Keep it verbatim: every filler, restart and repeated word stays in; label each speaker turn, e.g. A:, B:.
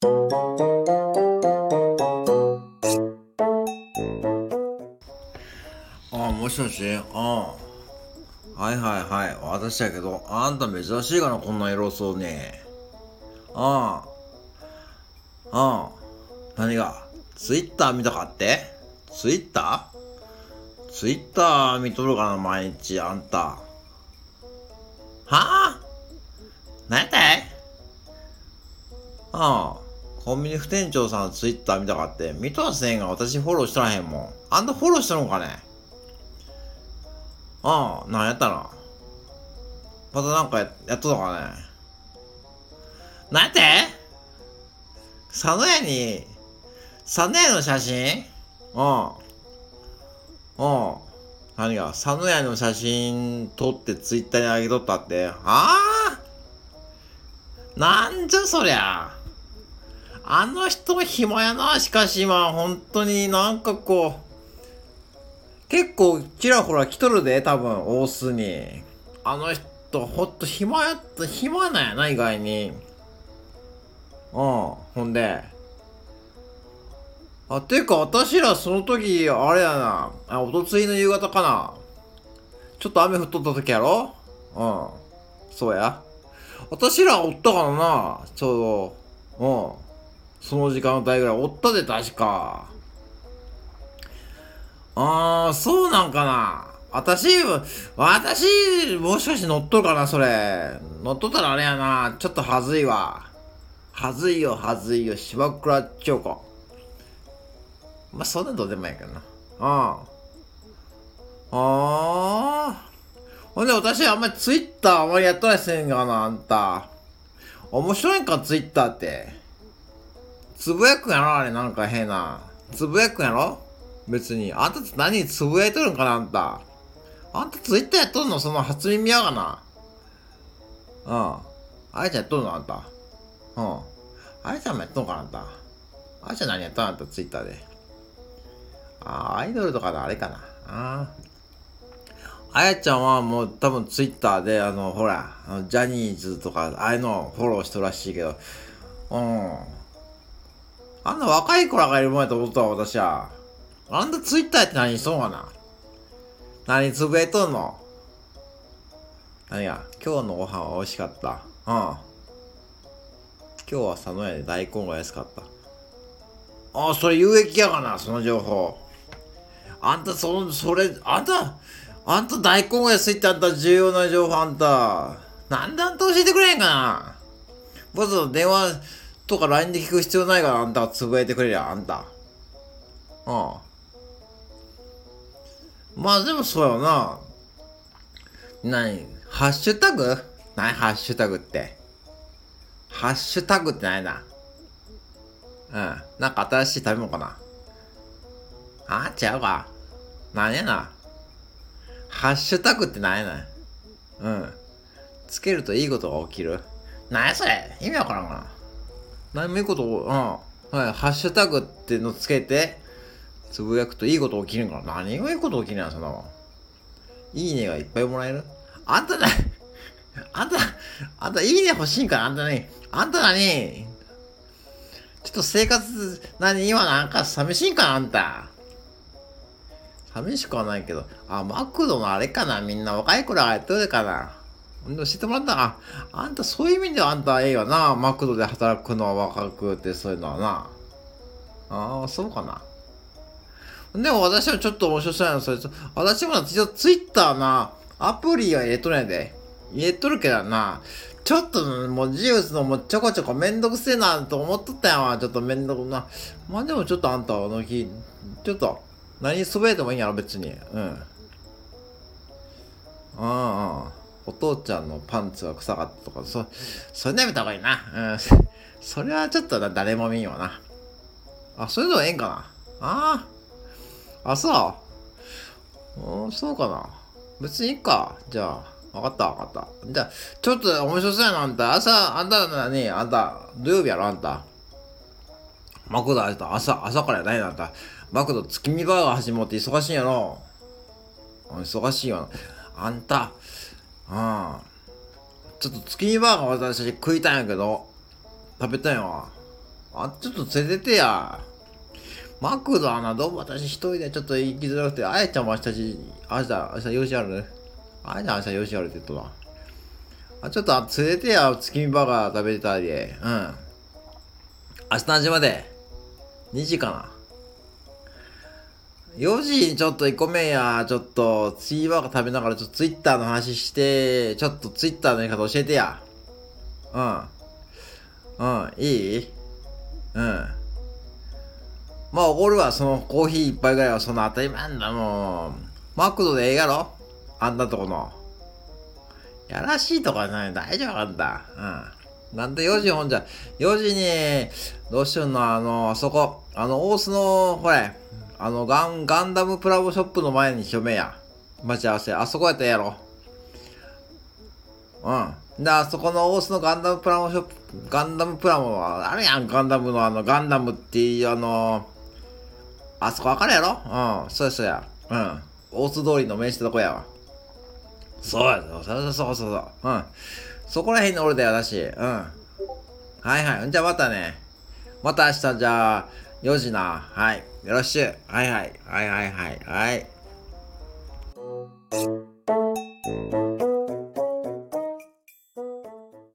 A: ああ、もしもし。ああ。はいはいはい。私だけど、あんた珍しいかな、こんな色そうね。ああ。ああ。何がツイッター見たかって？ツイッターツイッター見とるかな、毎日、あんた。はあ？何やって？ああ。コンビニ副店長さんのツイッター見たかって？見とはせんが、私フォローしとらへんもん。あんたフォローしとるのかね？ああ、なんやったな。またなんかややっとったかね。なんやって？佐野屋に、佐野屋の写真？うん。うん。何が佐野屋の写真撮ってツイッターに上げとったって？ああ、なんじゃそりゃ。あの人暇やな。しかし今、本当になんかこう、結構ちらほら来とるで、多分、大須に。あの人、ほんと暇やった、暇なんやな、意外に。うん。ほんで、あ、てか私らその時、あれやな、あ、おとついの夕方かな。ちょっと雨降っとった時やろ？うん。そうや。私らおったからな、ちょうど。うん。その時間帯ぐらいおったで、確か。あー、そうなんかな。私、私、もしかして乗っとるかな、それ。乗っとったらあれやな。ちょっとはずいわ。はずいよ、はずいよ。芝倉千代子。まあ、そんなどうでもいいけどな。うん。あー。ほんで私あんまりツイッターあんまりやっとらせんがな、あんた。面白いんか、ツイッターって。つぶやくんやろ、あれなんか変な。つぶやくんやろ別に。あんた何つぶやいとるんかな、あんた。あんたツイッターやっとんの？その初耳やがな。うん。あいちゃんやっとるの、あんた。うん。あいちゃんもやっとんかな、あんた。あいちゃん何やったん、あんたツイッターで。あー、アイドルとかのあれかな。あー。あやちゃんはもう多分ツイッターで、あの、ほら、あのジャニーズとか、ああいうのフォローしとるらしいけど、うん。あんな若い子らがいるもんやと思ったわ、私は。あんたツイッターって何しとんかな？何つぶやいとんの？何や、今日のご飯は美味しかった。うん。今日は佐野屋で大根が安かった。ああ、それ有益やがな、その情報。あんた、その、それ、あんた、あんた大根が安いってあんた重要な情報あんた。なんであんた教えてくれへんかな？わざわざ電話とか ライン で聞く必要ないから、あんたがつぶやいてくれりゃ、あんた。うん。まあでもそうよな。なに、ハッシュタグ？なにハッシュタグって。ハッシュタグってないな。うん。なんか新しい食べ物かな。あ違うか。なんやな。ハッシュタグってなんやな。うん。つけるといいことが起きる。なんやそれ、意味わからんかな。何もいいこと、うん。はい、ハッシュタグってのつけて、つぶやくといいこと起きるんかな。何がいいこと起きるんや、そんなもん。いいねがいっぱいもらえる？あんたな、あんた、あんたいいね欲しいんかな、あんたね。あんた何ちょっと生活、何今なんか寂しいんかな、あんた。寂しくはないけど。あ、マクドのあれかな、みんな若い頃がやってるかな。教えてもらったか。あんたそういう意味ではあんたええよな。マクドで働くのは若くてそういうのはな。ああ、そうかな。でも私はちょっと面白そうやな、それ。私も一応ツイッターな、アプリは入れとるんやで。入れとるけどな、ちょっともうジウスのもちょこちょこめんどくせえなと思っとったやんわ。ちょっとめんどくな。まあでもちょっとあんたあの日、ちょっと、何すべえてもいいんやろ、別に。うん。ああ、お父ちゃんのパンツが臭かったとか、そ、それやめた方がいいな。うん。それはちょっと誰も見んよな。あ、それでもええんかな。ああ。あ、そう。うん、そうかな。別にいいか。じゃあ、わかったわかった。じゃあ、ちょっと面白そうやな、あんた。朝、あんた何あんた、土曜日やろ、あんた。マクドあんた、朝、朝からやないな、あんた。マクド月見バーガー始まって忙しいんやろ。忙しいよ。あんた、うん。ちょっと月見バーガー私食いたいんやけど、食べたいわ。 あ、ちょっと連れてってや。マクドはな、どうも私一人でちょっと行きづらくて、あやちゃんも明日じ、明日、明日用事あるあやちゃん明日用事あるって言ったわ。あ、ちょっと連れてや、月見バーガー食べてたりで。うん。明日何時まで ?に 時かな。よじにちょっと行こめんや。ちょっと、月見バーガー食べながらちょっとツイッターの話して、ちょっとツイッターのやり方教えてや。うん。うん、いいうん。まあ、おごるわ、そのコーヒー一杯ぐらいはその当たり前なんだもん。マクドでええやろあんなとこの。やらしいとかない大丈夫なんだ。うん。なんでよじほんじゃ、よじに、どうしようの、あの、あそこ、あの、大須の、ほれ、あの、ガン、ガンダムプラモショップの前に署名や。待ち合わせ。あそこやったらええやろ。うん。で、あそこの大須のガンダムプラモショップ、ガンダムプラモは、あるやん、ガンダムのあの、ガンダムっていう、あの、あそこわかるやろうん、そうやそうや。うん。大津通りの名刺とこやわ。そうや、そうそうそうそうそう。うん。そこら辺におるだよ、だし。うん。はいはい。じゃあまたね。また明日じゃあ、よじな。はい。よろしゅう。はいはい。はいはいはい。はい。